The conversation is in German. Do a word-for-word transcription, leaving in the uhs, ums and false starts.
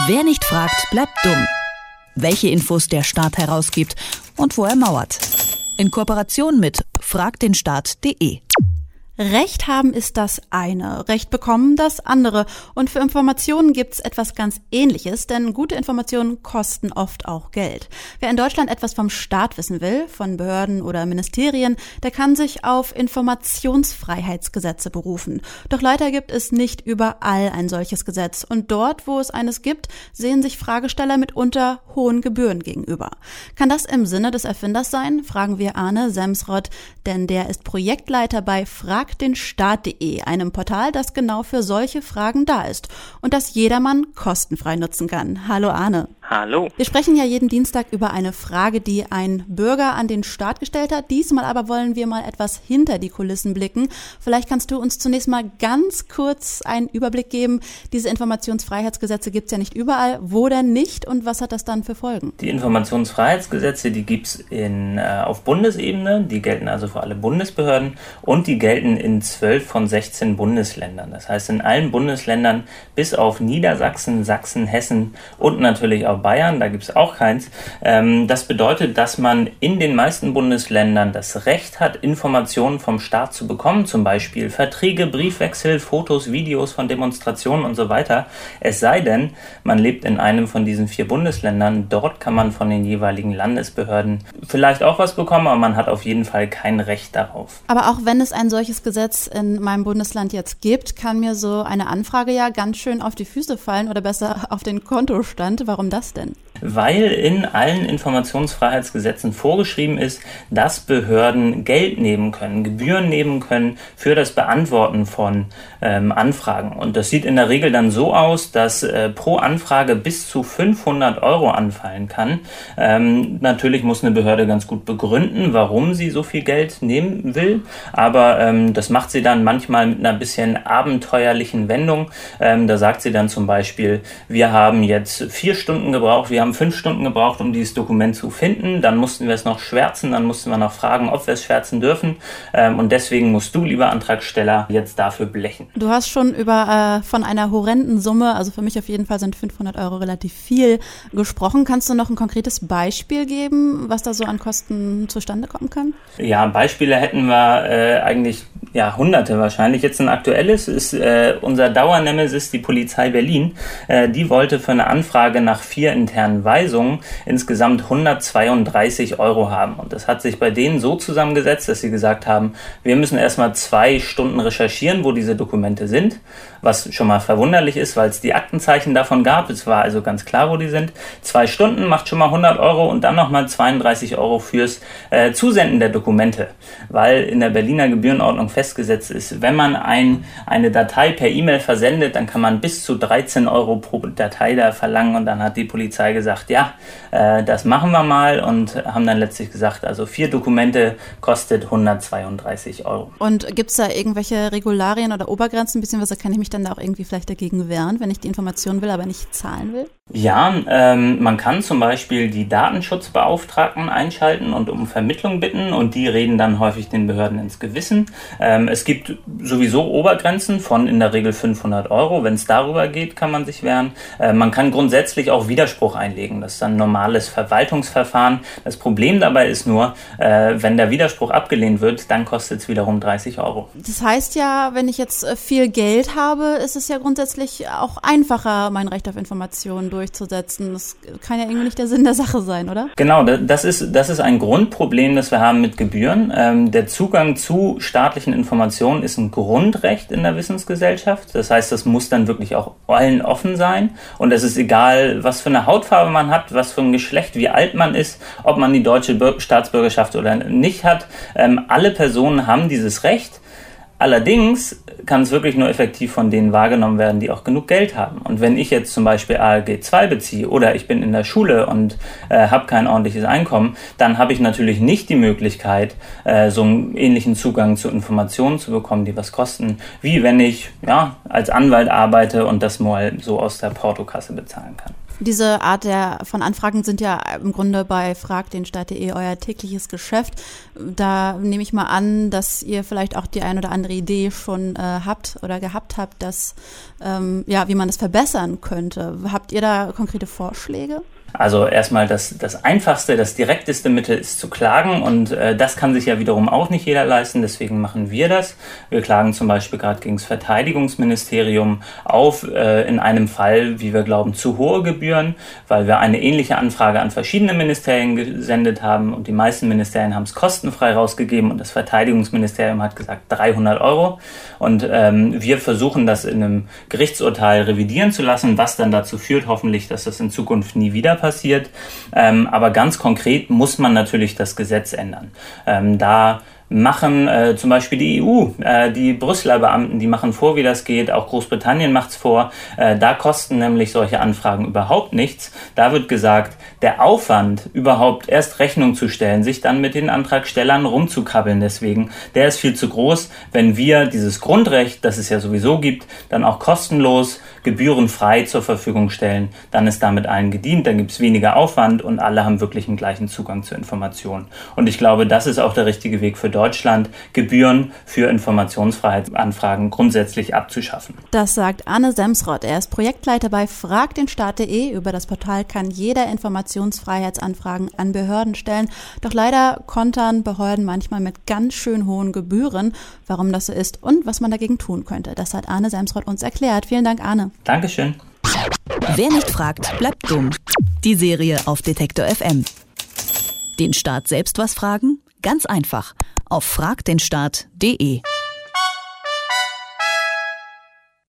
Wer nicht fragt, bleibt dumm. Welche Infos der Staat herausgibt und wo er mauert. In Kooperation mit frag den staat punkt de. Recht haben ist das eine, Recht bekommen das andere. Und für Informationen gibt's etwas ganz Ähnliches, denn gute Informationen kosten oft auch Geld. Wer in Deutschland etwas vom Staat wissen will, von Behörden oder Ministerien, der kann sich auf Informationsfreiheitsgesetze berufen. Doch leider gibt es nicht überall ein solches Gesetz. Und dort, wo es eines gibt, sehen sich Fragesteller mitunter hohen Gebühren gegenüber. Kann das im Sinne des Erfinders sein? Fragen wir Arne Semsrott, denn der ist Projektleiter bei frag den staat punkt de, einem Portal, das genau für solche Fragen da ist und das jedermann kostenfrei nutzen kann. Hallo Arne. Hallo. Wir sprechen ja jeden Dienstag über eine Frage, die ein Bürger an den Staat gestellt hat. Diesmal aber wollen wir mal etwas hinter die Kulissen blicken. Vielleicht kannst du uns zunächst mal ganz kurz einen Überblick geben. Diese Informationsfreiheitsgesetze gibt es ja nicht überall. Wo denn nicht und was hat das dann für Folgen? Die Informationsfreiheitsgesetze, die gibt es in, äh, auf Bundesebene. Die gelten also für alle Bundesbehörden und die gelten in zwölf von sechzehn Bundesländern. Das heißt in allen Bundesländern bis auf Niedersachsen, Sachsen, Hessen und natürlich auch Bayern, da gibt es auch keins. Ähm, das bedeutet, dass man in den meisten Bundesländern das Recht hat, Informationen vom Staat zu bekommen, zum Beispiel Verträge, Briefwechsel, Fotos, Videos von Demonstrationen und so weiter. Es sei denn, man lebt in einem von diesen vier Bundesländern. Dort kann man von den jeweiligen Landesbehörden vielleicht auch was bekommen, aber man hat auf jeden Fall kein Recht darauf. Aber auch wenn es ein solches Gesetz in meinem Bundesland jetzt gibt, kann mir so eine Anfrage ja ganz schön auf die Füße fallen oder besser auf den Kontostand. Warum das denn? Weil in allen Informationsfreiheitsgesetzen vorgeschrieben ist, dass Behörden Geld nehmen können, Gebühren nehmen können für das Beantworten von ähm, Anfragen. Und das sieht in der Regel dann so aus, dass äh, pro Anfrage bis zu fünfhundert Euro anfallen kann. Ähm, natürlich muss eine Behörde ganz gut begründen, warum sie so viel Geld nehmen will, aber ähm, das macht sie dann manchmal mit einer bisschen abenteuerlichen Wendung. Ähm, da sagt sie dann zum Beispiel, wir haben jetzt vier Stunden gebraucht, wir haben fünf Stunden gebraucht, um dieses Dokument zu finden. Dann mussten wir es noch schwärzen, dann mussten wir noch fragen, ob wir es schwärzen dürfen. Ähm, und deswegen musst du, lieber Antragsteller, jetzt dafür blechen. Du hast schon über äh, von einer horrenden Summe, also für mich auf jeden Fall sind fünfhundert Euro relativ viel, gesprochen. Kannst du noch ein konkretes Beispiel geben, was da so an Kosten zustande kommen kann? Ja, Beispiele hätten wir äh, eigentlich ja hunderte wahrscheinlich. Jetzt ein aktuelles ist äh, unser Dauernemesis, die Polizei Berlin. Äh, die wollte für eine Anfrage nach vier internen Weisungen insgesamt hundertzweiunddreißig Euro haben. Und das hat sich bei denen so zusammengesetzt, dass sie gesagt haben, wir müssen erstmal zwei Stunden recherchieren, wo diese Dokumente sind, was schon mal verwunderlich ist, weil es die Aktenzeichen davon gab. Es war also ganz klar, wo die sind. Zwei Stunden macht schon mal hundert Euro und dann nochmal zweiunddreißig Euro fürs äh, Zusenden der Dokumente, weil in der Berliner Gebührenordnung festgesetzt ist, wenn man ein, eine Datei per E-Mail versendet, dann kann man bis zu dreizehn Euro pro Datei da verlangen und dann hat die Polizei gesagt, ja, äh, das machen wir mal und haben dann letztlich gesagt, also vier Dokumente kostet hundertzweiunddreißig Euro. Und gibt es da irgendwelche Regularien oder Obergrenzen, beziehungsweise kann ich mich dann da auch irgendwie vielleicht dagegen wehren, wenn ich die Information will, aber nicht zahlen will? Ja, ähm, man kann zum Beispiel die Datenschutzbeauftragten einschalten und um Vermittlung bitten und die reden dann häufig den Behörden ins Gewissen. Ähm, es gibt sowieso Obergrenzen von in der Regel fünfhundert Euro. Wenn es darüber geht, kann man sich wehren. Äh, man kann grundsätzlich auch Widerspruch einlegen. Das ist ein normales Verwaltungsverfahren. Das Problem dabei ist nur, äh, wenn der Widerspruch abgelehnt wird, dann kostet es wiederum dreißig Euro. Das heißt ja, wenn ich jetzt viel Geld habe, ist es ja grundsätzlich auch einfacher, mein Recht auf Informationen durchzusetzen. Das kann ja irgendwie nicht der Sinn der Sache sein, oder? Genau, das ist, das ist ein Grundproblem, das wir haben mit Gebühren. Ähm, der Zugang zu staatlichen Informationen ist ein Grundrecht in der Wissensgesellschaft. Das heißt, das muss dann wirklich auch allen offen sein. Und es ist egal, was für eine Hautfarbe man hat, was für ein Geschlecht, wie alt man ist, ob man die deutsche Bir- Staatsbürgerschaft oder nicht hat. Ähm, alle Personen haben dieses Recht. Allerdings kann es wirklich nur effektiv von denen wahrgenommen werden, die auch genug Geld haben. Und wenn ich jetzt zum Beispiel A L G zwei beziehe oder ich bin in der Schule und äh, habe kein ordentliches Einkommen, dann habe ich natürlich nicht die Möglichkeit, äh, so einen ähnlichen Zugang zu Informationen zu bekommen, die was kosten, wie wenn ich ja als Anwalt arbeite und das mal so aus der Portokasse bezahlen kann. Diese Art der von Anfragen sind ja im Grunde bei frag den staat punkt de euer tägliches Geschäft. Da nehme ich mal an, dass ihr vielleicht auch die ein oder andere Idee schon äh, habt oder gehabt habt, dass ähm, ja, wie man das verbessern könnte. Habt ihr da konkrete Vorschläge? Also erstmal das, das einfachste, das direkteste Mittel ist zu klagen und äh, das kann sich ja wiederum auch nicht jeder leisten, deswegen machen wir das. Wir klagen zum Beispiel gerade gegen das Verteidigungsministerium auf, äh, in einem Fall, wie wir glauben, zu hohe Gebühren, weil wir eine ähnliche Anfrage an verschiedene Ministerien gesendet haben und die meisten Ministerien haben es kostenfrei rausgegeben und das Verteidigungsministerium hat gesagt dreihundert Euro und ähm, wir versuchen das in einem Gerichtsurteil revidieren zu lassen, was dann dazu führt, hoffentlich, dass das in Zukunft nie wieder passiert. Ähm, aber ganz konkret muss man natürlich das Gesetz ändern. Ähm, da machen äh, zum Beispiel die E U, äh, die Brüsseler Beamten, die machen vor, wie das geht, auch Großbritannien macht's vor, äh, da kosten nämlich solche Anfragen überhaupt nichts. Da wird gesagt, der Aufwand, überhaupt erst Rechnung zu stellen, sich dann mit den Antragstellern rumzukabbeln deswegen, der ist viel zu groß. Wenn wir dieses Grundrecht, das es ja sowieso gibt, dann auch kostenlos, gebührenfrei zur Verfügung stellen, dann ist damit allen gedient, dann gibt's weniger Aufwand und alle haben wirklich einen gleichen Zugang zur Information. Und ich glaube, das ist auch der richtige Weg für Deutschland, Gebühren für Informationsfreiheitsanfragen grundsätzlich abzuschaffen. Das sagt Arne Semsrott. Er ist Projektleiter bei frag den staat punkt de. Über das Portal kann jeder Informationsfreiheitsanfragen an Behörden stellen. Doch leider kontern Behörden manchmal mit ganz schön hohen Gebühren. Warum das so ist und was man dagegen tun könnte, das hat Arne Semsrott uns erklärt. Vielen Dank, Arne. Dankeschön. Wer nicht fragt, bleibt dumm. Die Serie auf Detektor F M. Den Staat selbst was fragen? Ganz einfach. Auf frag den staat punkt de.